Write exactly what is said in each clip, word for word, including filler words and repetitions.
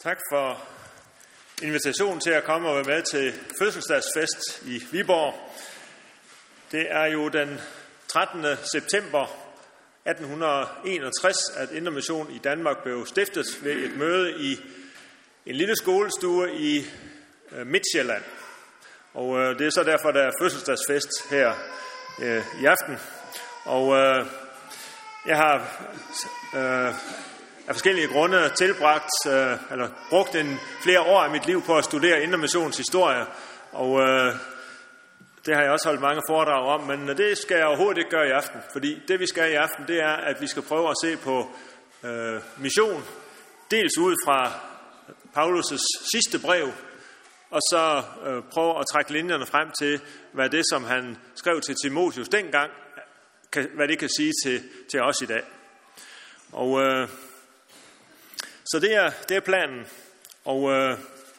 Tak for invitationen til at komme og være med til fødselsdagsfest i Viborg. Det er jo den trettende september atten enogtres, at Indre Mission i Danmark blev stiftet ved et møde i en lille skolestue i Midtsjælland. Og øh, det er så derfor, der er fødselsdagsfest her øh, i aften. Og øh, jeg har øh, af forskellige grunde tilbragt, øh, eller brugt en flere år af mit liv på at studere Indre Missions historie. Og øh, det har jeg også holdt mange foredrag om, men det skal jeg overhovedet ikke gøre i aften. Fordi det vi skal i aften, det er, at vi skal prøve at se på øh, mission. Dels ud fra Paulus' sidste brev, og så øh, prøve at trække linjerne frem til, hvad det, som han skrev til Timotheus dengang, kan, hvad det kan sige til, til os i dag. Og øh, så det er, det er planen. Og øh,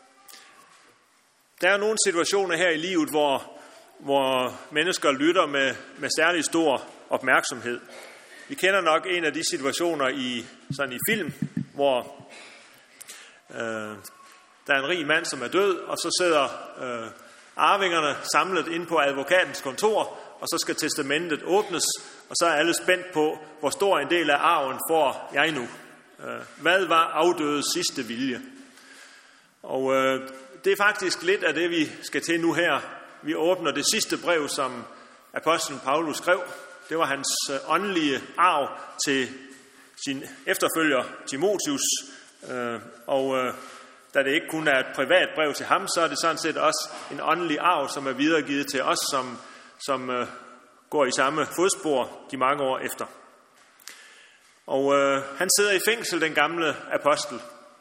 der er nogle situationer her i livet, hvor, hvor mennesker lytter med, med særlig stor opmærksomhed. Vi kender nok en af de situationer i, sådan i film, hvor øh, der er en rig mand, som er død, og så sidder øh, arvingerne samlet inde på advokatens kontor, og så skal testamentet åbnes, og så er alle spændt på, hvor stor en del af arven får jeg nu. Øh, hvad var afdødes sidste vilje? Og øh, det er faktisk lidt af det, vi skal til nu her. Vi åbner det sidste brev, som apostlen Paulus skrev. Det var hans øh, åndelige arv til sin efterfølger Timotheus, øh, og øh, da det ikke kun er et privat brev til ham, så er det sådan set også en åndelig arv, som er videregivet til os, som, som øh, går i samme fodspor de mange år efter. Og øh, han sidder i fængsel, den gamle apostel.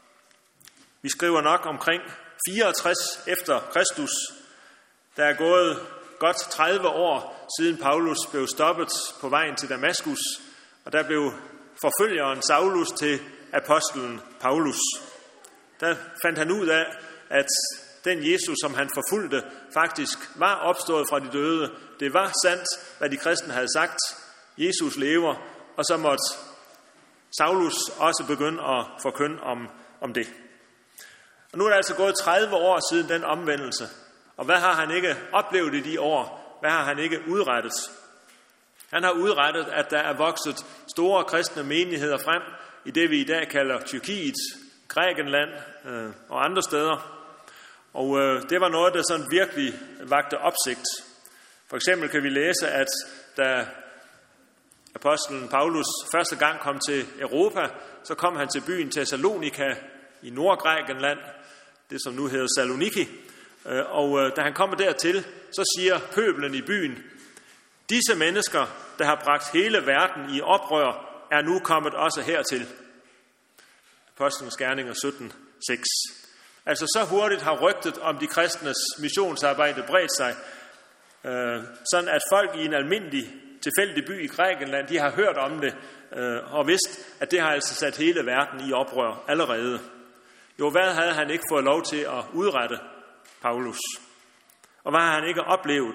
Vi skriver nok omkring fireogtres efter Kristus. Der er gået godt tredive år, siden Paulus blev stoppet på vejen til Damaskus, og der blev forfølgeren Saulus til apostlen Paulus. Der fandt han ud af, at den Jesus, som han forfulgte, faktisk var opstået fra de døde. Det var sandt, hvad de kristne havde sagt. Jesus lever, og så måtte Saulus også begynde at forkynde om, om det. Og nu er det altså gået tredive år siden den omvendelse. Og hvad har han ikke oplevet i de år? Hvad har han ikke udrettet? Han har udrettet, at der er vokset store kristne menigheder frem i det, vi i dag kalder Tyrkiet, Grækenland øh, og andre steder. Og øh, det var noget, der sådan virkelig vagte opsigt. For eksempel kan vi læse, at da apostlen Paulus første gang kom til Europa, så kom han til byen Thessalonika i Nordgrækenland, det som nu hedder Saloniki. Og øh, da han kommer dertil, så siger pøbelen i byen, disse mennesker, der har bragt hele verden i oprør, er nu kommet også hertil. Apostlenes Gerninger sytten seks. Altså så hurtigt har rygtet om de kristnes missionsarbejde bredt sig, øh, sådan at folk i en almindelig tilfældig by i Grækenland, de har hørt om det øh, og vidst, at det har altså sat hele verden i oprør allerede. Jo, hvad havde han ikke fået lov til at udrette, Paulus? Og hvad har han ikke oplevet?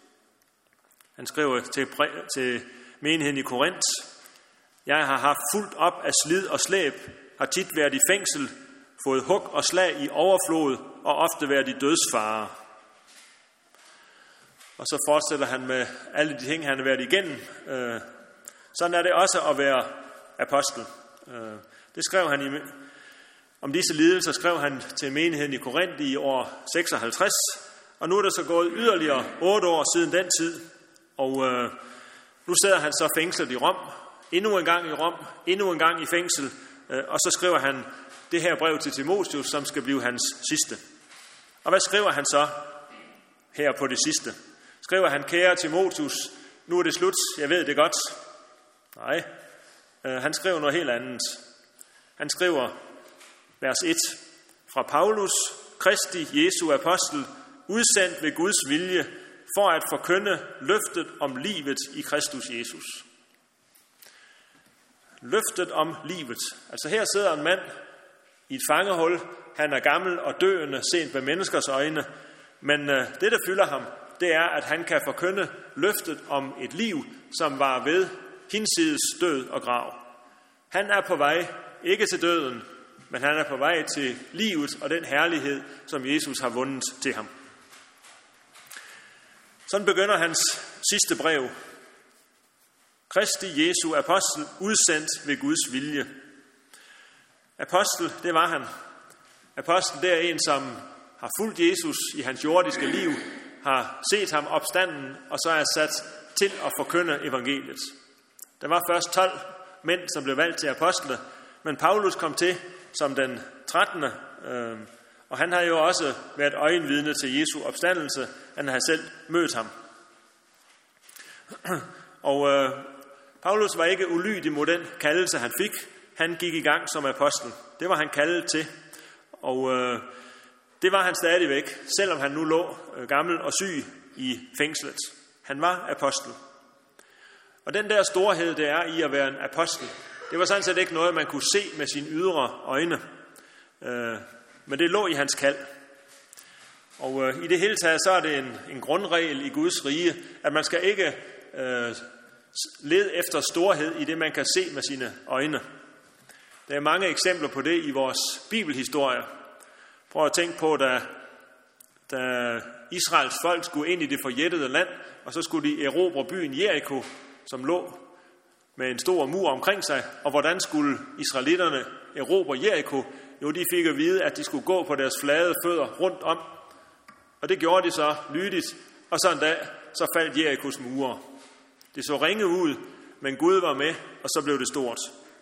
Han skriver til, til menigheden i Korinth, jeg har haft fuldt op af slid og slæb, har tit været i fængsel, fået hug og slag i overflod og ofte været i dødsfare. Og så fortsætter han med alle de ting, han har været igennem. Sådan er det også at være apostel. Det skrev han i, om disse lidelser skrev han til menigheden i Korinth i år seksoghalvtreds, og nu er der så gået yderligere otte år siden den tid, og nu sidder han så fængslet i Rom, endnu en gang i Rom, endnu en gang i fængsel, og så skriver han det her brev til Timotheus, som skal blive hans sidste. Og hvad skriver han så her på det sidste? Skriver han, kære Timotheus, nu er det slut, jeg ved det godt. Nej, han skriver noget helt andet. Han skriver, vers et, fra Paulus, Kristi Jesu apostel, udsendt ved Guds vilje, for at forkynde løftet om livet i Kristus Jesus. Løftet om livet. Altså her sidder en mand i et fangehul. Han er gammel og døende, sent med menneskers øjne. Men det, der fylder ham, det er, at han kan forkynde løftet om et liv, som var ved hinsides død og grav. Han er på vej, ikke til døden, men han er på vej til livet og den herlighed, som Jesus har vundet til ham. Sådan begynder hans sidste brev. Kristi Jesu apostel, udsendt ved Guds vilje. Apostel, det var han. Apostel, det er en, som har fulgt Jesus i hans jordiske liv, har set ham opstanden, og så er sat til at forkynde evangeliet. Der var først tolv mænd, som blev valgt til apostle, men Paulus kom til som den trettende, øh, og han har jo også været øjenvidne til Jesu opstandelse. Han har selv mødt ham. Og øh, Paulus var ikke ulydig mod den kaldelse, han fik. Han gik i gang som apostel. Det var han kaldet til, og øh, det var han stadigvæk, selvom han nu lå øh, gammel og syg i fængslet. Han var apostel. Og den der storhed, det er i at være en apostel, det var sådan set ikke noget, man kunne se med sine ydre øjne. Øh, men det lå i hans kald. Og øh, i det hele taget, så er det en, en grundregel i Guds rige, at man skal ikke øh, lede efter storhed i det, man kan se med sine øjne. Der er mange eksempler på det i vores bibelhistorie. Prøv at tænke på, da, da Israels folk skulle ind i det forjættede land, og så skulle de erobre byen Jericho, som lå med en stor mur omkring sig. Og hvordan skulle israelitterne erobre Jericho? Jo, de fik at vide, at de skulle gå på deres flade fødder rundt om. Og det gjorde de så lydigt, og så en dag, så faldt Jerichos mure. Det så ringe ud, men Gud var med, og så blev det stort.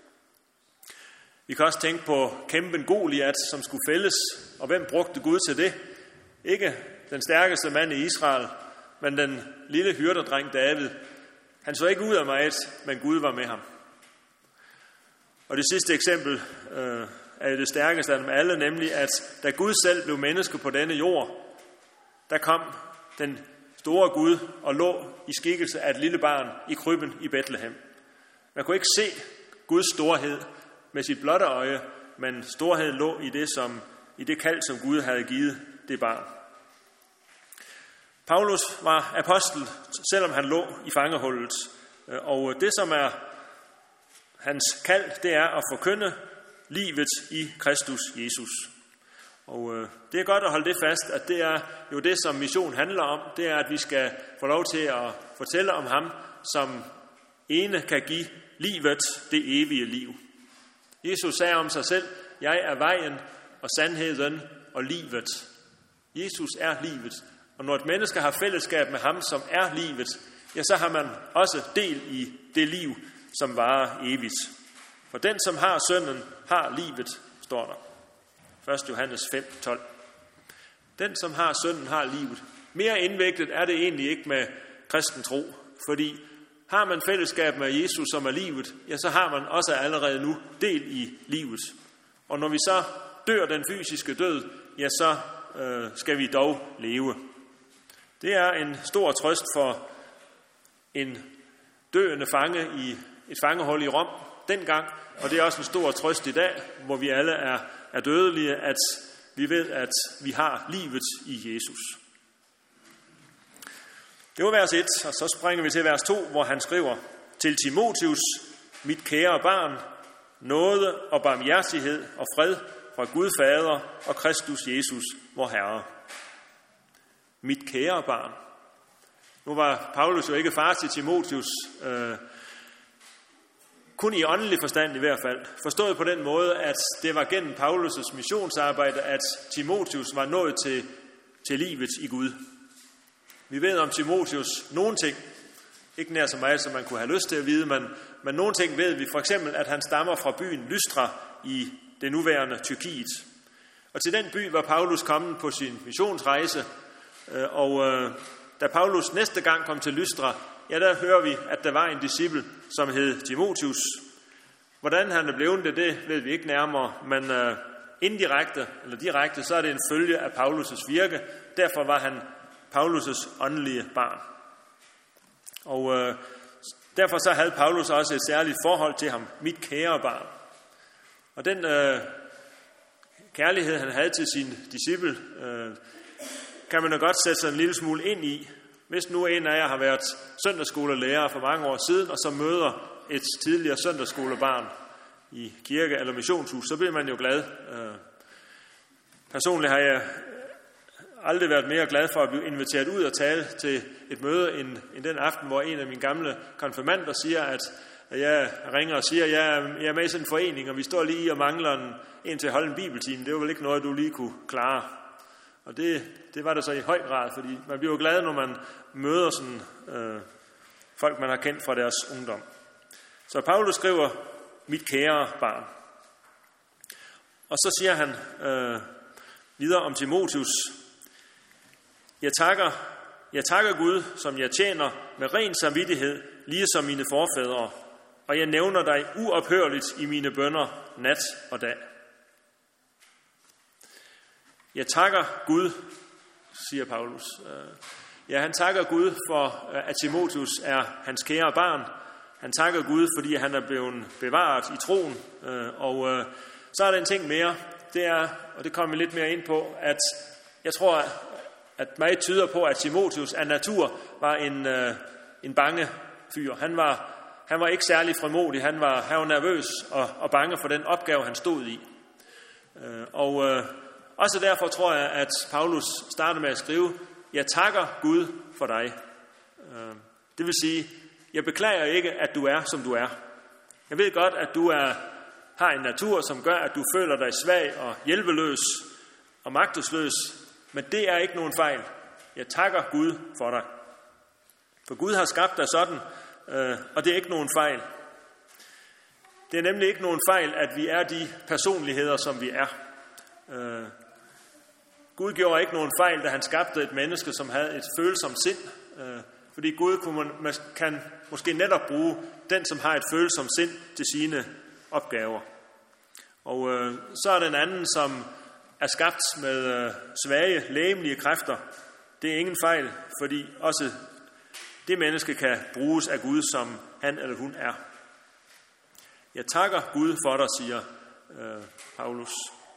Vi kan også tænke på kæmpen Goliat, som skulle fældes, og hvem brugte Gud til det? Ikke den stærkeste mand i Israel, men den lille hyrderdreng David. Han så ikke ud af meget, men Gud var med ham. Og det sidste eksempel øh, er det stærkeste af dem alle, nemlig at da Gud selv blev menneske på denne jord, der kom den store Gud og lå i skikkelse af et lille barn i krybben i Betlehem. Man kunne ikke se Guds storhed med sit blotte øje, men storheden lå i det, som, i det kald, som Gud havde givet det barn. Paulus var apostel, selvom han lå i fangehullet. Og det, som er hans kald, det er at forkynde livet i Kristus Jesus. Og det er godt at holde det fast, at det er jo det, som mission handler om. Det er, at vi skal få lov til at fortælle om ham, som ene kan give livet det evige liv. Jesus sagde om sig selv, jeg er vejen og sandheden og livet. Jesus er livet. Og når et menneske har fællesskab med ham, som er livet, ja, så har man også del i det liv, som varer evigt. For den, som har sønnen, har livet, står der. første Johannes fem tolv. Den, som har sønnen, har livet. Mere indviklet er det egentlig ikke med kristen tro, fordi har man fællesskab med Jesus, som er livet, ja, så har man også allerede nu del i livet. Og når vi så dør den fysiske død, ja, så øh, skal vi dog leve. Det er en stor trøst for en døende fange i et fangehul i Rom dengang, og det er også en stor trøst i dag, hvor vi alle er, er dødelige, at vi ved, at vi har livet i Jesus. Det var vers et, og så springer vi til vers to, hvor han skriver, til Timotheus, mit kære barn, nåde og barmhjertighed og fred fra Gud Fader og Kristus Jesus, vor Herre. Mit kære barn. Nu var Paulus jo ikke far til Timotheus, øh, kun i åndelig forstand i hvert fald. Forstået på den måde, at det var gennem Paulus' missionsarbejde, at Timotheus var nået til, til livet i Gud. Vi ved om Timotheus nogle ting, ikke nær så meget, som man kunne have lyst til at vide, men, men nogle ting ved vi. For eksempel, at han stammer fra byen Lystra i det nuværende Tyrkiet. Og til den by var Paulus kommet på sin missionsrejse, og øh, da Paulus næste gang kom til Lystra, ja, der hører vi, at der var en disciple, som hed Timotheus. Hvordan han er blevet det, det ved vi ikke nærmere, men øh, indirekte eller direkte, så er det en følge af Paulus' virke. Derfor var han Paulus' åndelige barn. Og øh, derfor så havde Paulus også et særligt forhold til ham, mit kære barn. Og den øh, kærlighed, han havde til sin disciple, øh, kan man da godt sætte sig en lille smule ind i. Hvis nu en af jer har været søndagsskolelærer for mange år siden, og så møder et tidligere søndagsskolebarn, i kirke eller missionshus, så bliver man jo glad. Personligt har jeg aldrig været mere glad for at blive inviteret ud og tale til et møde, end, end den aften, hvor en af mine gamle konfirmander siger, at jeg ringer og siger, at jeg er, jeg er med i sådan en forening, og vi står lige og mangler en, en til at holde en bibeltime. Det var vel ikke noget, du lige kunne klare. Og det, det var det så i høj grad, fordi man bliver jo glad, når man møder sådan, øh, folk, man har kendt fra deres ungdom. Så Paulus skriver, mit kære barn. Og så siger han øh, videre om Timotheus, jeg takker, jeg takker Gud, som jeg tjener med ren samvittighed, lige som mine forfædre, og jeg nævner dig uophørligt i mine bønner nat og dag. Jeg takker Gud, siger Paulus. Ja, han takker Gud for, at Timotheus er hans kære barn. Han takker Gud, fordi han er blevet bevaret i troen. Og så er der en ting mere, det er, og det kommer vi lidt mere ind på, at jeg tror, at meget tyder på, at Timotheus af natur var en, en bange fyr. Han var, han var ikke særlig frimodig, han var, han var nervøs og, og bange for den opgave, han stod i. Og også derfor tror jeg, at Paulus starter med at skrive, jeg takker Gud for dig. Det vil sige, jeg beklager ikke, at du er, som du er. Jeg ved godt, at du er, har en natur, som gør, at du føler dig svag og hjælpeløs og magtesløs, men det er ikke nogen fejl. Jeg takker Gud for dig. For Gud har skabt dig sådan, og det er ikke nogen fejl. Det er nemlig ikke nogen fejl, at vi er de personligheder, som vi er. Gud gjorde ikke nogen fejl, da han skabte et menneske, som havde et følsomt sind. Fordi Gud kunne, man, kan måske netop bruge den, som har et følsomt sind, til sine opgaver. Og øh, så er den anden, som er skabt med øh, svage, lægemelige kræfter. Det er ingen fejl, fordi også det menneske kan bruges af Gud, som han eller hun er. Jeg takker Gud for dig, siger øh, Paulus.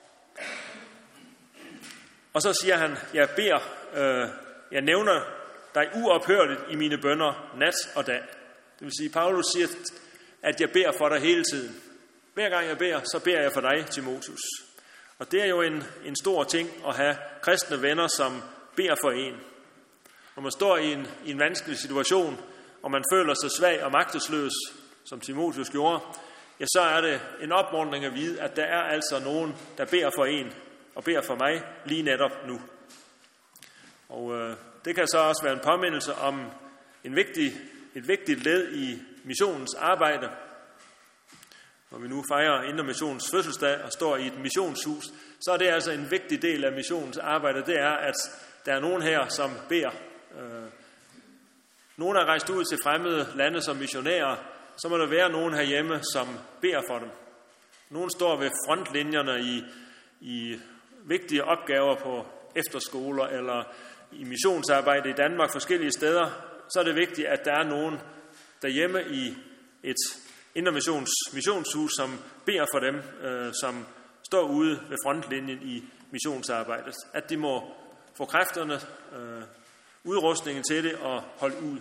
Og så siger han, jeg beder, øh, jeg nævner dig uophørligt i mine bønner nat og dag. Det vil sige, Paulus siger, at jeg beder for dig hele tiden. Hver gang jeg beder, så beder jeg for dig, Timotheus. Og det er jo en, en stor ting at have kristne venner, som beder for en. Når man står i en, i en vanskelig situation, og man føler sig svag og magtesløs, som Timotheus gjorde, ja, så er det en opmuntring at vide, at der er altså nogen, der beder for en, og beder for mig lige netop nu. Og øh, det kan så også være en påmindelse om en vigtig, et vigtigt led i missionens arbejde. Når vi nu fejrer Indre Missionens fødselsdag og står i et missionshus, så er det altså en vigtig del af missionens arbejde. Det er, at der er nogen her, som beder. Øh, nogen er rejst ud til fremmede lande som missionærer, så må der være nogen herhjemme, som beder for dem. Nogen står ved frontlinjerne i, i vigtige opgaver på efterskoler eller i missionsarbejde i Danmark forskellige steder. Så er det vigtigt, at der er nogen derhjemme i et Indre Missions missionshus, som beder for dem, øh, som står ude ved frontlinjen i missionsarbejdet. At de må få kræfterne, øh, udrustningen til det og holde ud.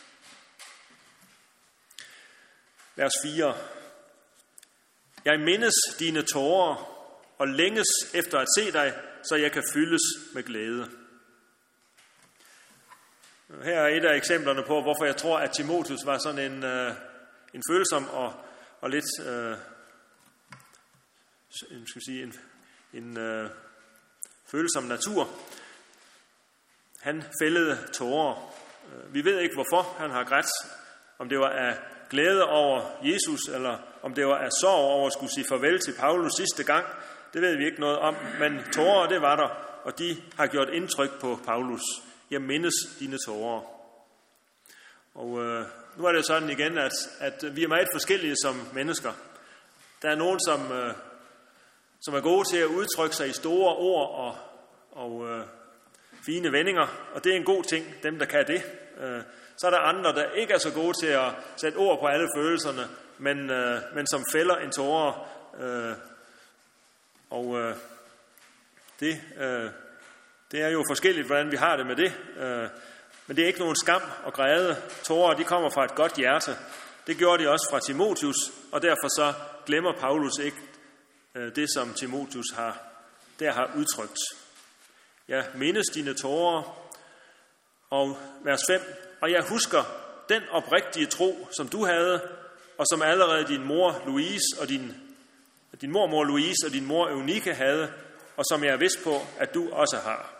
Vers fire. Jeg mindes dine tårer og længes efter at se dig, så jeg kan fyldes med glæde. Her er et af eksemplerne på, hvorfor jeg tror, at Timotheus var sådan en, øh, en følsom og, og lidt øh, skal sige, en, en øh, følsom natur. Han fældede tårer. Vi ved ikke, hvorfor han har grædt. Om det var af glæde over Jesus, eller om det var af sorg over at skulle sige farvel til Paulus sidste gang. Det ved vi ikke noget om, men tårer, det var der, og de har gjort indtryk på Paulus. Jeg mindes dine tårer. Og øh, nu er det sådan igen, at, at vi er meget forskellige som mennesker. Der er nogen, som, øh, som er gode til at udtrykke sig i store ord og, og øh, fine vendinger, og det er en god ting, dem der kan det. Øh, så er der andre, der ikke er så gode til at sætte ord på alle følelserne, men, øh, men som fælder en tåre. Øh, og øh, det, øh, det er jo forskelligt, hvordan vi har det med det. Øh, men det er ikke nogen skam og græde. Tårer, de kommer fra et godt hjerte. Det gjorde de også fra Timotheus, og derfor så glemmer Paulus ikke øh, det, som Timotheus har, der har udtrykt. Jeg mindes dine tårer, og vers fem, og jeg husker den oprigtige tro, som du havde, og som allerede din mor Louise og din, din mormor Louise og din mor Eunike havde, og som jeg er vidst på, at du også har.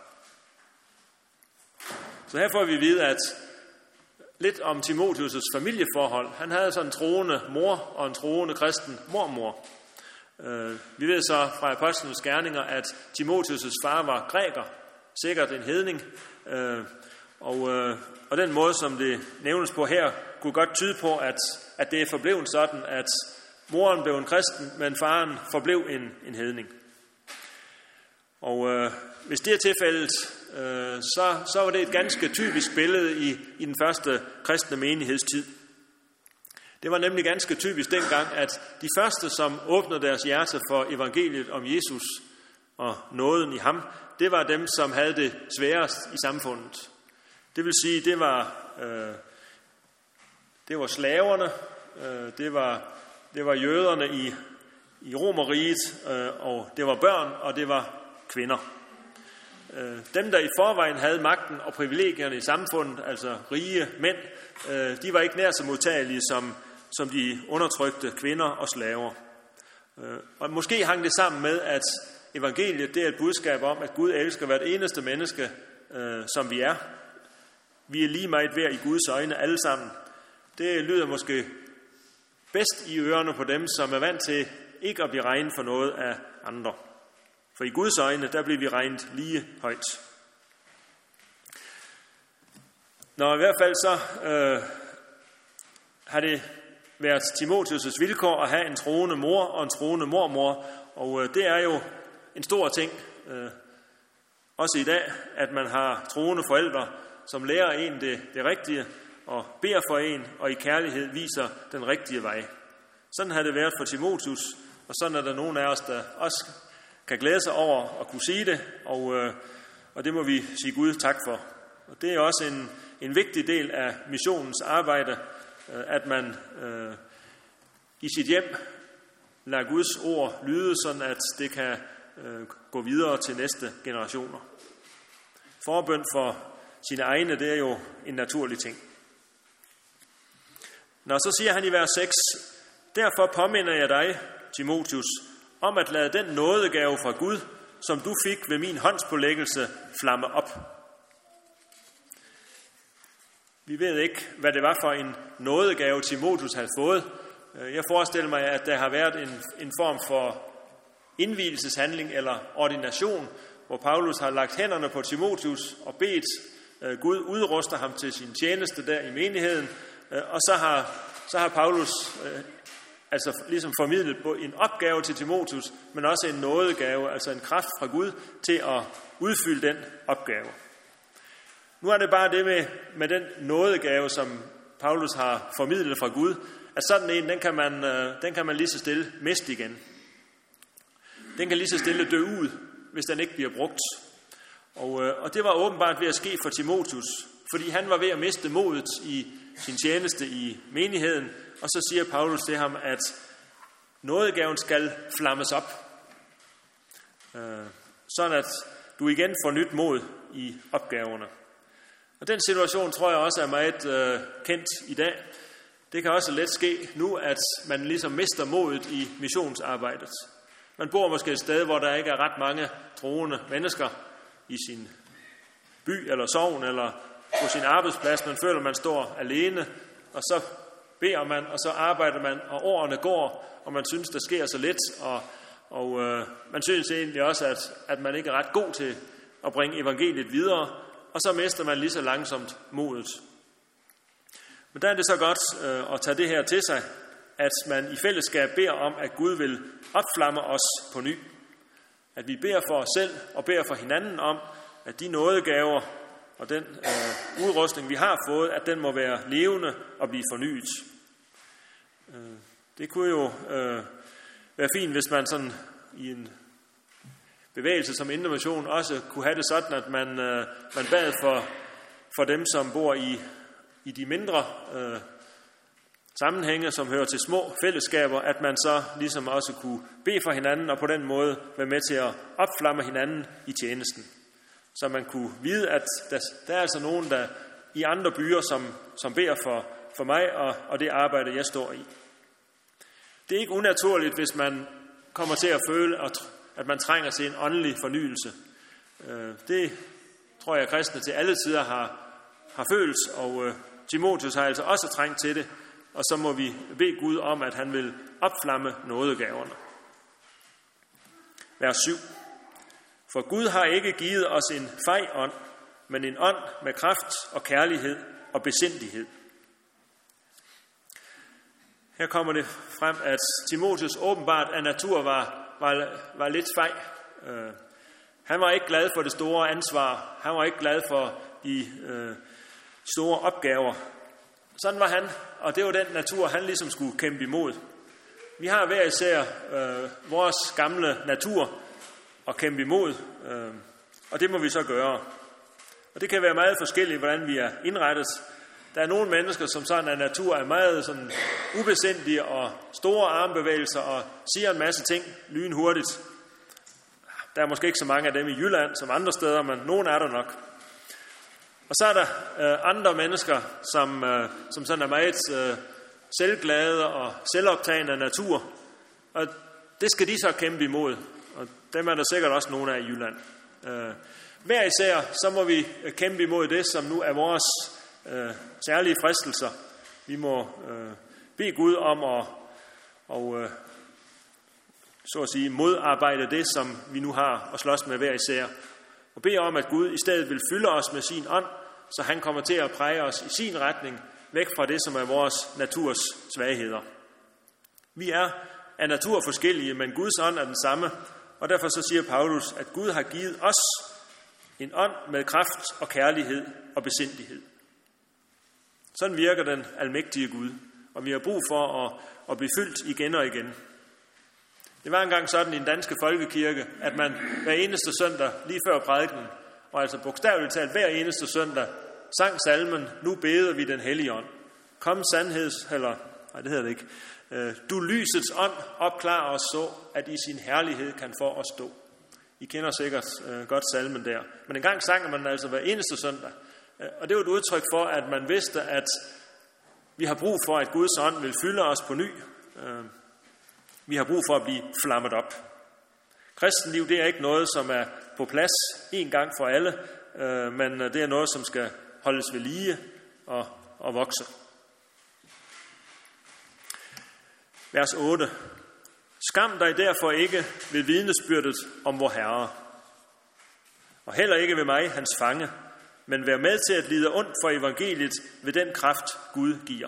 Så her får vi vide, at lidt om Timotheus' familieforhold. Han havde sådan en troende mor og en troende kristen mormor. Vi ved så fra apostlenes gerninger, at Timotheus' far var græker, sikkert en hedning, og, og den måde, som det nævnes på her, kunne godt tyde på, at, at det er forblevet sådan, at moren blev en kristen, men faren forblev en, en hedning. Og øh, hvis det er tilfældet, øh, så, så var det et ganske typisk billede i, i den første kristne menighedstid. Det var nemlig ganske typisk dengang, at de første, som åbnede deres hjerte for evangeliet om Jesus og nåden i ham, det var dem, som havde det sværest i samfundet. Det vil sige, det var, øh, det var slaverne, øh, det, var, det var jøderne i, i Romerriget, øh, og det var børn, og det var kvinder. Dem, der i forvejen havde magten og privilegierne i samfundet, altså rige mænd, de var ikke nær så modtagelige som, som de undertrykte kvinder og slaver. Og måske hang det sammen med, at evangeliet det er et budskab om, at Gud elsker hvert eneste menneske, som vi er. Vi er lige meget værd i Guds øjne alle sammen. Det lyder måske bedst i ørerne på dem, som er vant til ikke at blive regnet for noget af andre. For i Guds øjne, der bliver vi regnet lige højt. Nå, i hvert fald så øh, har det været Timotheus' vilkår at have en troende mor og en troende mormor, og øh, det er jo en stor ting, øh, også i dag, at man har troende forældre, som lærer en det, det rigtige, og beder for en, og i kærlighed viser den rigtige vej. Sådan har det været for Timotheus, og sådan er der nogen af os, der også kan glæde sig over at kunne sige det, og, øh, og det må vi sige Gud tak for. Og det er også en, en vigtig del af missionens arbejde, øh, at man øh, i sit hjem lader Guds ord lyde, sådan at det kan øh, gå videre til næste generationer. Forbøn for sine egne, det er jo en naturlig ting. Nå, så siger han i vers seks, derfor påminder jeg dig, Timotheus, om at lade den nådegave fra Gud, som du fik ved min håndspålæggelse, flamme op. Vi ved ikke, hvad det var for en nådegave, Timotheus havde fået. Jeg forestiller mig, at der har været en, en form for indvielseshandling eller ordination, hvor Paulus har lagt hænderne på Timotheus og bedt uh, Gud udruste ham til sin tjeneste der i menigheden. Uh, og så har, så har Paulus uh, altså ligesom formidlet på en opgave til Timotheus, men også en nådegave, altså en kraft fra Gud til at udfylde den opgave. Nu er det bare det med, med den nådegave, som Paulus har formidlet fra Gud, at sådan en, den kan man, den kan man lige så stille miste igen. Den kan lige så stille dø ud, hvis den ikke bliver brugt. Og, og det var åbenbart ved at ske for Timotheus, fordi han var ved at miste modet i sin tjeneste i menigheden, og så siger Paulus til ham, at nådegaven skal flammes op, sådan at du igen får nyt mod i opgaverne. Og den situation tror jeg også er meget øh, kendt i dag. Det kan også let ske nu, at man ligesom mister modet i missionsarbejdet. Man bor måske et sted, hvor der ikke er ret mange troende mennesker i sin by eller sogn eller på sin arbejdsplads. Man føler, man står alene, og så beder man, og så arbejder man, og årene går, og man synes, der sker så lidt, og, og øh, man synes egentlig også, at, at man ikke er ret god til at bringe evangeliet videre, og så mister man lige så langsomt modet. Men der er det så godt øh, at tage det her til sig, at man i fællesskab beder om, at Gud vil opflamme os på ny. At vi beder for os selv og beder for hinanden om, at de nådegaver og den øh, udrustning, vi har fået, at den må være levende og blive fornyet. Øh, det kunne jo øh, være fint, hvis man sådan i en bevægelse som Indre Mission også kunne have det sådan, at man, øh, man bad for, for dem, som bor i, i de mindre øh, sammenhænge, som hører til små fællesskaber, at man så ligesom også kunne bede for hinanden, og på den måde være med til at opflamme hinanden i tjenesten. Så man kunne vide, at der, der er altså nogen, der i andre byer, som, som beder for, for mig og, og det arbejde, jeg står i. Det er ikke unaturligt, hvis man kommer til at føle, at man trænger til en åndelig fornyelse. Det tror jeg, kristne til alle tider har, har følt, og Timotheus har altså også trængt til det. Og så må vi bede Gud om, at han vil opflamme nådegaverne. Vers syv. For Gud har ikke givet os en fej ånd, men en ånd med kraft og kærlighed og besindighed. Her kommer det frem, at Timotheus åbenbart af natur var, var, var lidt fej. Uh, han var ikke glad for det store ansvar. Han var ikke glad for de uh, store opgaver. Sådan var han, og det var den natur, han ligesom skulle kæmpe imod. Vi har hver især øh, vores gamle natur at kæmpe imod, øh, og det må vi så gøre. Og det kan være meget forskelligt, hvordan vi er indrettet. Der er nogle mennesker, som sådan af natur er meget sådan ubesindige og store armbevægelser og siger en masse ting lynhurtigt. Der er måske ikke så mange af dem i Jylland som andre steder, men nogen er der nok. Og så er der øh, andre mennesker, som, øh, som sådan er meget øh, selvglade og selvoptagende af natur. Og det skal de så kæmpe imod. Og dem er der sikkert også nogle af i Jylland. Øh, hver især, så må vi kæmpe imod det, som nu er vores øh, særlige fristelser. Vi må øh, bede Gud om at og, øh, så at sige, modarbejde det, som vi nu har at slås med hver især. Og bede om, at Gud i stedet vil fylde os med sin ånd, så han kommer til at præge os i sin retning, væk fra det, som er vores naturs svagheder. Vi er af natur forskellige, men Guds ånd er den samme, og derfor så siger Paulus, at Gud har givet os en ånd med kraft og kærlighed og besindighed. Sådan virker den almægtige Gud, og vi har brug for at, at blive fyldt igen og igen. Det var engang sådan i den danske folkekirke, at man hver eneste søndag, lige før prædikenen, og altså bogstaveligt talt hver eneste søndag, sang salmen, nu beder vi den hellige ånd. Kom sandheds, eller, nej det hedder det ikke, du lysets ånd, opklar os så, at i sin herlighed kan for os stå. I kender sikkert øh, godt salmen der. Men engang sang man altså hver eneste søndag. Og det var et udtryk for, at man vidste, at vi har brug for, at Guds ånd vil fylde os på ny. Øh, vi har brug for at blive flammet op. Kristenliv, det er ikke noget, som er på plads en gang for alle, øh, men det er noget, som skal holdes ved lige og, og vokse. Vers otte. Skam dig derfor ikke ved vidnesbyrdet om vor Herre, og heller ikke ved mig, hans fange, men vær med til at lide ondt for evangeliet ved den kraft, Gud giver.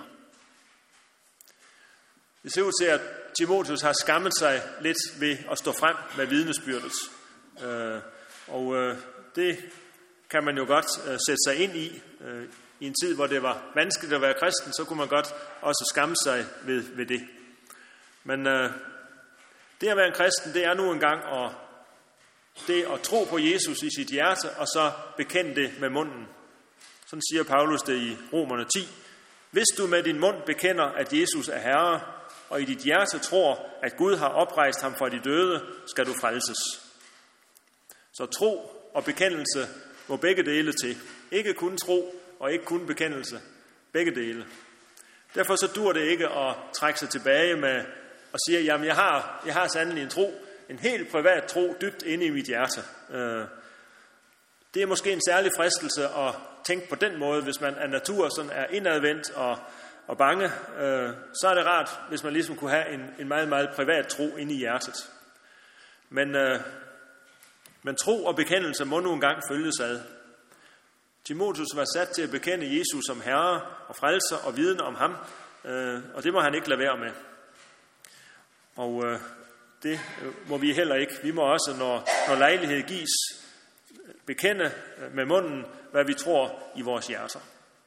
Det ser ud til, at Timotheus har skammet sig lidt ved at stå frem med vidnesbyrdet. Øh, og øh, det kan man jo godt øh, sætte sig ind i. Øh, I en tid, hvor det var vanskeligt at være kristen, så kunne man godt også skamme sig ved, ved det. Men øh, det at være en kristen, det er nu engang at, det at tro på Jesus i sit hjerte, og så bekende det med munden. Sådan siger Paulus det i Romerne ti. Hvis du med din mund bekender, at Jesus er Herre, og i dit hjerte tror, at Gud har oprejst ham fra de døde, skal du frelses. Så tro og bekendelse må begge dele til. Ikke kun tro og ikke kun bekendelse. Begge dele. Derfor så dur det ikke at trække sig tilbage med og sige, jamen jeg har, jeg har sandelig en tro, en helt privat tro dybt inde i mit hjerte. Det er måske en særlig fristelse at tænke på den måde, hvis man af natur sådan er indadvendt og, og bange, så er det rart, hvis man ligesom kunne have en, en meget, meget privat tro inde i hjertet. Men, men tro og bekendelse må nu engang følges ad. Timotheus var sat til at bekende Jesus som Herre og frelser og vidne om ham, og det må han ikke lade være med. Og øh, det må vi heller ikke. Vi må også, når, når lejlighed gives, bekende med munden, hvad vi tror i vores hjerter.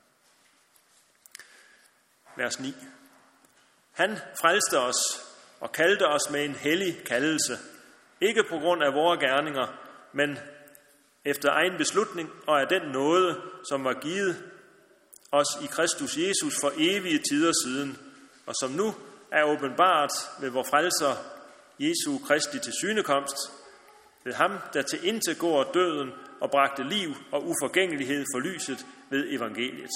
Vers ni. Han frelste os og kaldte os med en hellig kaldelse, ikke på grund af vores gerninger, men efter egen beslutning og af den nåde, som var givet os i Kristus Jesus for evige tider siden, og som nu er åbenbart ved vor frelser Jesu Kristi tilsynekomst, ved ham, der til intet går døden og bragte liv og uforgængelighed for lyset ved evangeliet.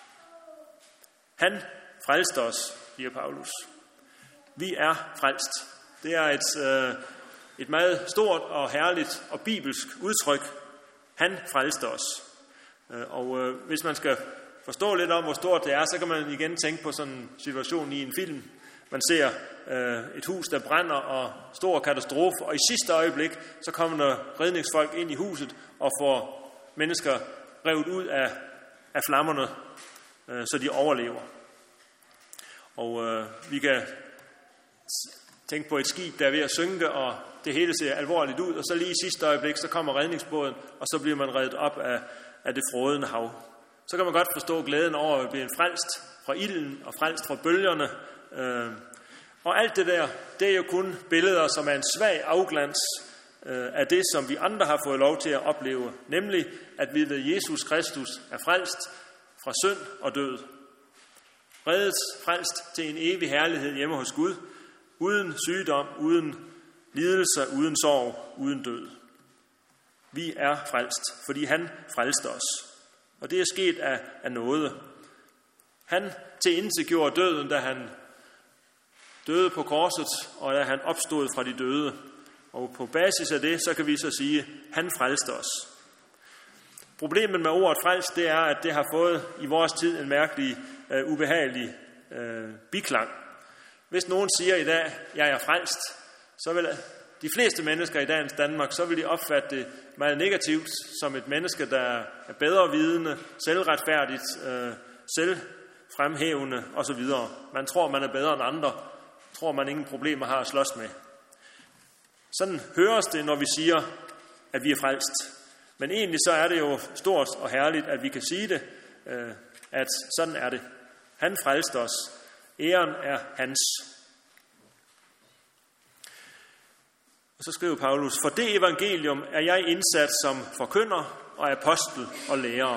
Han frelste os, siger Paulus. Vi er frelst. Det er et, øh, et meget stort og herligt og bibelsk udtryk. Han frelste os. Og øh, hvis man skal forstå lidt om, hvor stort det er, så kan man igen tænke på sådan en situation i en film. Man ser øh, et hus, der brænder, og stor katastrofe, og i sidste øjeblik, så kommer der redningsfolk ind i huset og får mennesker revet ud af, af flammerne, øh, så de overlever. Og øh, vi kan tænke på et skib, der er ved at synke, og det hele ser alvorligt ud, og så lige i sidste øjeblik, så kommer redningsbåden, og så bliver man reddet op af, af det frådende hav. Så kan man godt forstå glæden over at blive frelst fra ilden og frelst fra bølgerne. Øh, og alt det der, det er jo kun billeder, som er en svag afglans øh, af det, som vi andre har fået lov til at opleve, nemlig at vi ved Jesus Kristus er frelst fra synd og død. Reddet frelst til en evig herlighed hjemme hos Gud, uden sygdom, uden lidelser, uden sorg, uden død. Vi er frelst, fordi han frelste os. Og det er sket af, af nåde. Han tilintetgjorde døden, da han døde på korset, og da han opstod fra de døde. Og på basis af det, så kan vi så sige, at han frelste os. Problemet med ordet frelst, det er, at det har fået i vores tid en mærkelig, uh, ubehagelig uh, biklang. Hvis nogen siger i dag, jeg er frelst, så vil de fleste mennesker i dagens Danmark, så vil de opfatte det meget negativt som et menneske, der er bedre vidende, selvretfærdigt, øh, selvfremhævende osv. Man tror, man er bedre end andre, tror man ingen problemer har at slås med. Sådan høres det, når vi siger, at vi er frelst. Men egentlig så er det jo stort og herligt, at vi kan sige det, øh, at sådan er det. Han frelste os. Æren er hans. Og så skriver Paulus, for det evangelium er jeg indsat som forkynder og apostel og lærer.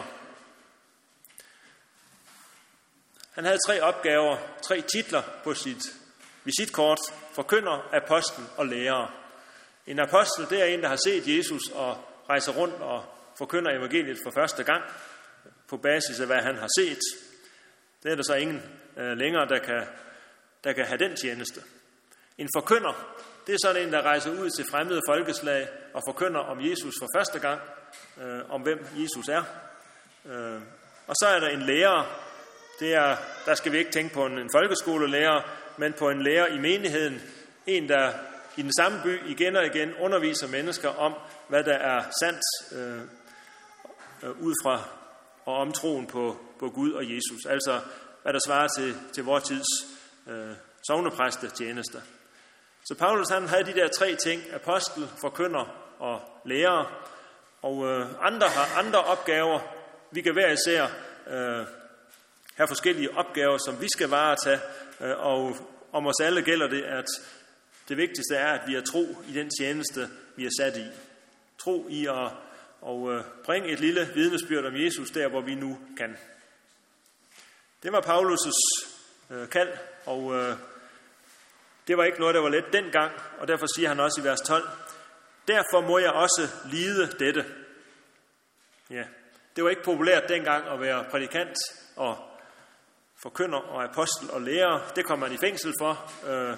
Han havde tre opgaver, tre titler på sit visitkort, forkynder, apostel og lærer. En apostel, det er en, der har set Jesus og rejser rundt og forkynder evangeliet for første gang, på basis af, hvad han har set. Det er der så ingen øh, længere, der kan, der kan have den tjeneste. En forkynder, det er sådan en, der rejser ud til fremmede folkeslag og forkynder om Jesus for første gang, øh, om hvem Jesus er. Øh, og så er der en lærer. Det er, der skal vi ikke tænke på en, en folkeskolelærer, men på en lærer i menigheden. En, der i den samme by igen og igen underviser mennesker om, hvad der er sandt øh, øh, ud fra og om troen på, på Gud og Jesus. Altså, hvad der svarer til, til vores tids øh, sognepræstetjenester. Så Paulus han havde de der tre ting, apostel, forkynder og lærer, og øh, andre har andre opgaver. Vi kan hver især øh, have forskellige opgaver, som vi skal varetage, øh, og om os alle gælder det, at det vigtigste er, at vi er tro i den tjeneste, vi er sat i. Tro i at og, øh, bringe et lille vidnesbyrd om Jesus der, hvor vi nu kan. Det var Paulus' øh, kald, og øh, det var ikke noget, der var let dengang, og derfor siger han også i vers tolv, derfor må jeg også lide dette. Ja, det var ikke populært dengang at være prædikant og forkynder og apostel og lærer. Det kom man i fængsel for. Øh,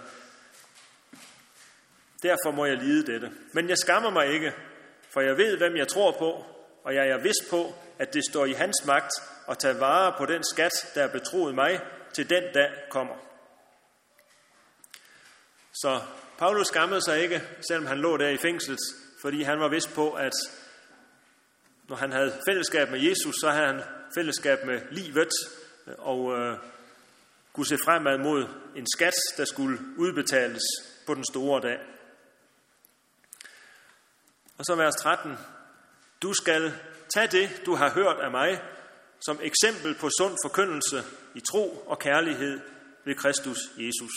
derfor må jeg lide dette. Men jeg skammer mig ikke, for jeg ved, hvem jeg tror på, og jeg er vidst på, at det står i hans magt at tage vare på den skat, der er betroet mig, til den dag kommer. Så Paulus skammede sig ikke, selvom han lå der i fængslet, fordi han var vidst på, at når han havde fællesskab med Jesus, så havde han fællesskab med livet, og øh, kunne se fremad mod en skat, der skulle udbetales på den store dag. Og så vers tretten. Du skal tage det, du har hørt af mig, som eksempel på sund forkyndelse i tro og kærlighed ved Kristus Jesus.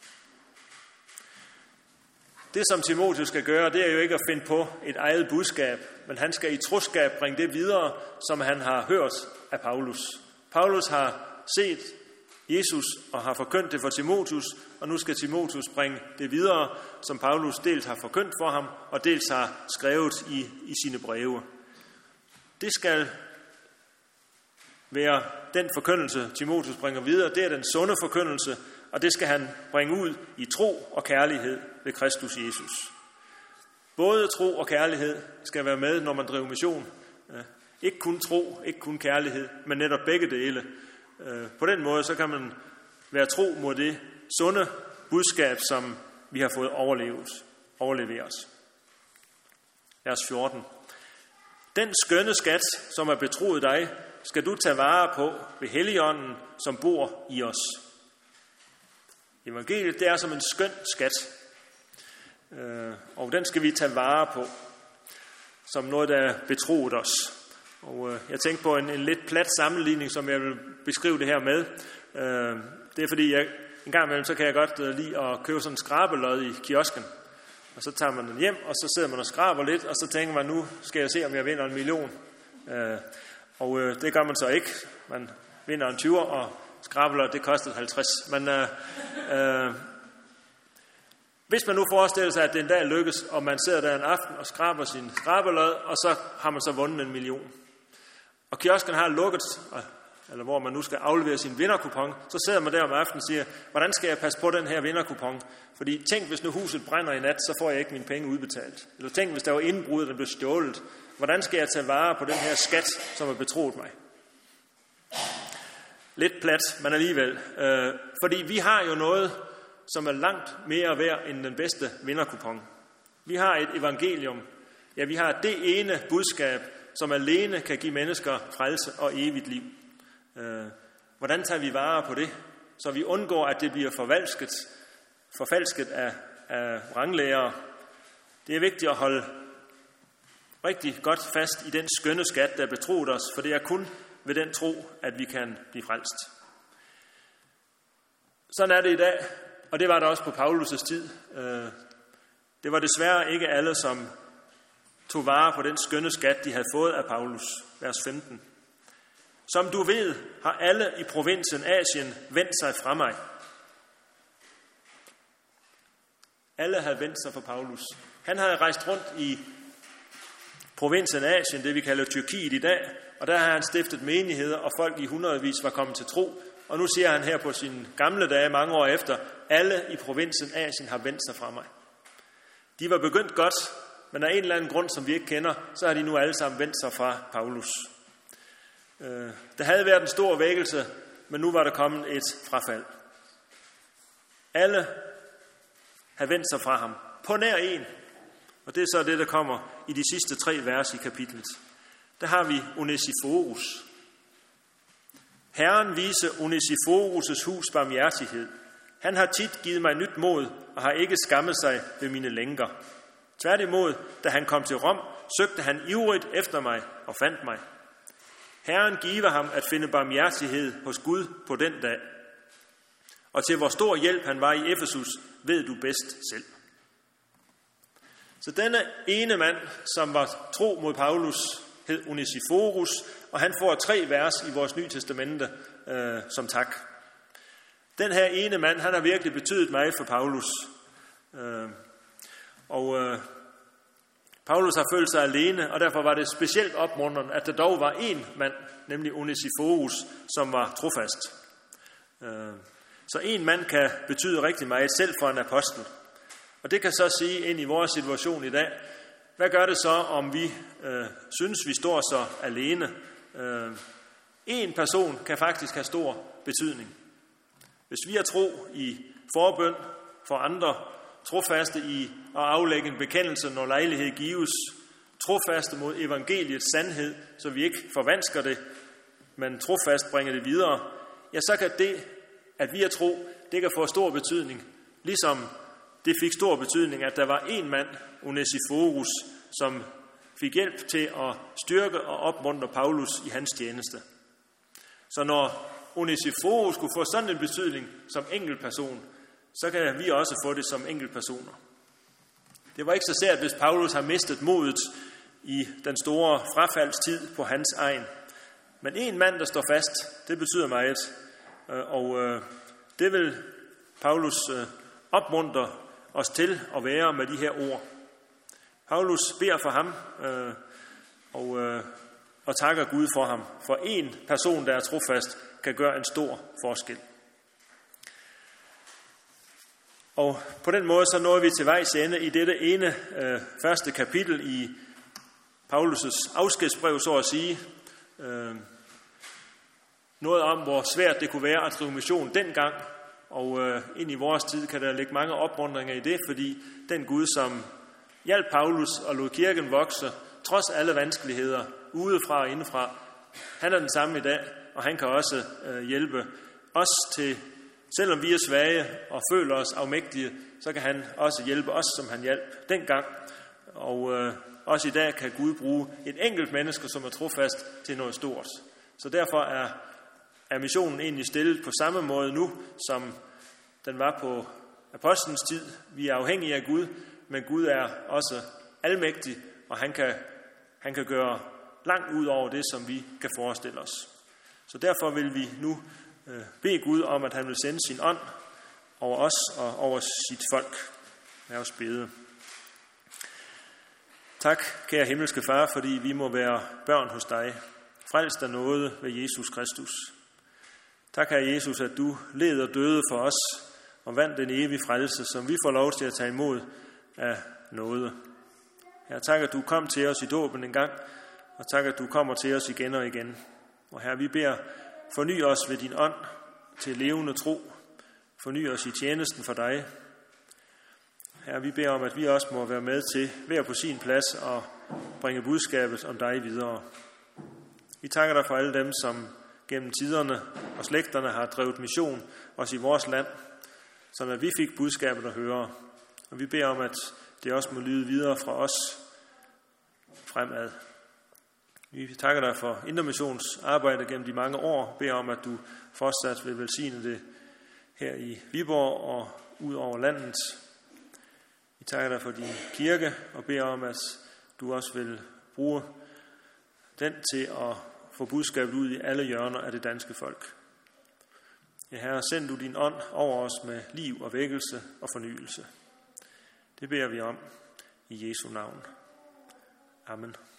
Det, som Timotheus skal gøre, det er jo ikke at finde på et eget budskab, men han skal i troskab bringe det videre, som han har hørt af Paulus. Paulus har set Jesus og har forkyndt det for Timotheus, og nu skal Timotheus bringe det videre, som Paulus dels har forkyndt for ham, og dels har skrevet i, i sine breve. Det skal være den forkyndelse, Timotheus bringer videre. Det er den sunde forkyndelse, og det skal han bringe ud i tro og kærlighed ved Kristus Jesus. Både tro og kærlighed skal være med, når man driver mission. Ikke kun tro, ikke kun kærlighed, men netop begge dele. På den måde så kan man være tro mod det sunde budskab, som vi har fået overlevet, overleveret. Vers fjorten. Den skønne skat, som er betroet dig, skal du tage vare på ved Helligånden, som bor i os. Evangeliet, det er som en skøn skat, og den skal vi tage vare på, som noget, der er betroet os. Og jeg tænkte på en, en lidt plat sammenligning, som jeg vil beskrive det her med. Det er fordi, jeg, en gang imellem, så kan jeg godt lide at købe sådan en skrabelod i kiosken. Og så tager man den hjem, og så sidder man og skraber lidt, og så tænker man, nu skal jeg se, om jeg vinder en million. Og det gør man så ikke. Man vinder en tyver, og skrabelod, det kostede halvtreds. Men øh, øh, hvis man nu forestiller sig, at det en dag lykkes, og man sidder der en aften og skraber sin skrabelod, og så har man så vundet en million. Og kiosken har lukket, eller hvor man nu skal aflevere sin vinderkupon, så sidder man der om aftenen og siger, hvordan skal jeg passe på den her vinderkupon? Fordi tænk, hvis nu huset brænder i nat, så får jeg ikke mine penge udbetalt. Eller tænk, hvis der var indbrud, den blev stjålet. Hvordan skal jeg tage vare på den her skat, som er betroet mig? Lidt plat, men alligevel. Øh, fordi vi har jo noget, som er langt mere værd end den bedste vinderkupon. Vi har et evangelium. Ja, vi har det ene budskab, som alene kan give mennesker frelse og evigt liv. Øh, hvordan tager vi vare på det, så vi undgår, at det bliver forvalsket, forfalsket af, af vranglærer? Det er vigtigt at holde rigtig godt fast i den skønne skat, der er betroet os, for det er kun ved den tro, at vi kan blive frelst. Sådan er det i dag, og det var det også på Paulus' tid. Det var desværre ikke alle, som tog vare på den skønne skat, de havde fået af Paulus. Vers femten. Som du ved, har alle i provinsen Asien vendt sig fra mig. Alle havde vendt sig fra Paulus. Han havde rejst rundt i provinsen Asien, det vi kalder Tyrkiet i dag, og der har han stiftet menigheder, og folk i hundredvis var kommet til tro. Og nu siger han her på sine gamle dage, mange år efter, alle i provinsen Asien har vendt sig fra mig. De var begyndt godt, men af en eller anden grund, som vi ikke kender, så har de nu alle sammen vendt sig fra Paulus. Øh, der havde været en stor vækkelse, men nu var der kommet et frafald. Alle havde vendt sig fra ham, på nær en. Og det er så det, der kommer i de sidste tre vers i kapitlet. Der har vi Onesiforus. Herren vise Onesiforus' hus barmhjertighed. Han har tit givet mig nyt mod, og har ikke skammet sig ved mine lænker. Tværtimod, da han kom til Rom, søgte han ivrigt efter mig og fandt mig. Herren give ham at finde barmhjertighed hos Gud på den dag. Og til hvor stor hjælp han var i Efesus, ved du bedst selv. Så denne ene mand, som var tro mod Paulus, hed Onesiforus, og han får tre vers i vores Nye Testamente øh, som tak. Den her ene mand, han har virkelig betydet meget for Paulus. Øh, og øh, Paulus har følt sig alene, og derfor var det specielt opmuntrende, at der dog var en mand, nemlig Onesiforus, som var trofast. Øh, så en mand kan betyde rigtig meget, selv for en apostel. Og det kan så sige ind i vores situation i dag, hvad gør det så, om vi øh, synes, vi står så alene? Øh, en person kan faktisk have stor betydning. Hvis vi er tro i forbøn for andre, trofaste i at aflægge en bekendelse, når lejlighed gives, trofaste mod evangeliets sandhed, så vi ikke forvansker det, men trofast bringer det videre, ja, så kan det, at vi er tro, det kan få stor betydning. Ligesom det fik stor betydning, at der var en mand, Onesiforus, som fik hjælp til at styrke og opmuntre Paulus i hans tjeneste. Så når Onesiforus skulle få sådan en betydning som enkeltperson, så kan vi også få det som enkeltpersoner. Det var ikke så sært, hvis Paulus har mistet modet i den store frafaldstid på hans egen. Men en mand, der står fast, det betyder meget. Og det vil Paulus opmuntre os til at være med de her ord. Paulus beder for ham og, og takker Gud for ham. For en person, der er trofast, kan gøre en stor forskel. Og på den måde så nåede vi til vejs ende i dette ene øh, første kapitel i Paulus' afskedsbrev, så at sige. Øh, noget om, hvor svært det kunne være at drive mission dengang. Og øh, ind i vores tid kan der ligge mange opmuntringer i det, fordi den Gud, som hjalp Paulus og lod kirken vokse, trods alle vanskeligheder, udefra og indefra, han er den samme i dag, og han kan også øh, hjælpe os til, selvom vi er svage og føler os afmægtige, så kan han også hjælpe os, som han hjalp dengang. Og øh, også i dag kan Gud bruge et enkelt menneske, som er trofast, til noget stort. Så derfor er, er missionen egentlig stillet på samme måde nu, som den var på apostlens tid. Vi er afhængige af Gud, men Gud er også almægtig, og han kan, han kan gøre langt ud over det, som vi kan forestille os. Så derfor vil vi nu øh, bede Gud om, at han vil sende sin ånd over os og over sit folk. Lad os bede. Tak, kære himmelske Far, fordi vi må være børn hos dig. Frelst af nåde ved Jesus Kristus. Tak, herre Jesus, at du led og døde for os og vandt den evige frelse, som vi får lov til at tage imod af nåde. Herre, tak, at du kom til os i dåben en gang, og tak, at du kommer til os igen og igen. Og herre, vi beder, forny os ved din ånd til levende tro. Forny os i tjenesten for dig. Herre, vi beder om, at vi også må være med til, hver på sin plads, og bringe budskabet om dig videre. Vi takker dig for alle dem, som gennem tiderne og slægterne har drevet mission, også i vores land, så at vi fik budskabet at høre. Og vi beder om, at det også må lyde videre fra os fremad. Vi takker dig for Indre Missions arbejde gennem de mange år. Beder om, at du fortsat vil velsigne det her i Viborg og ud over landet. Vi takker dig for din kirke og beder om, at du også vil bruge den til at få budskabet ud i alle hjørner af det danske folk. Ja, Herre, send du din ånd over os med liv og vækkelse og fornyelse. Det beder vi om i Jesu navn. Amen.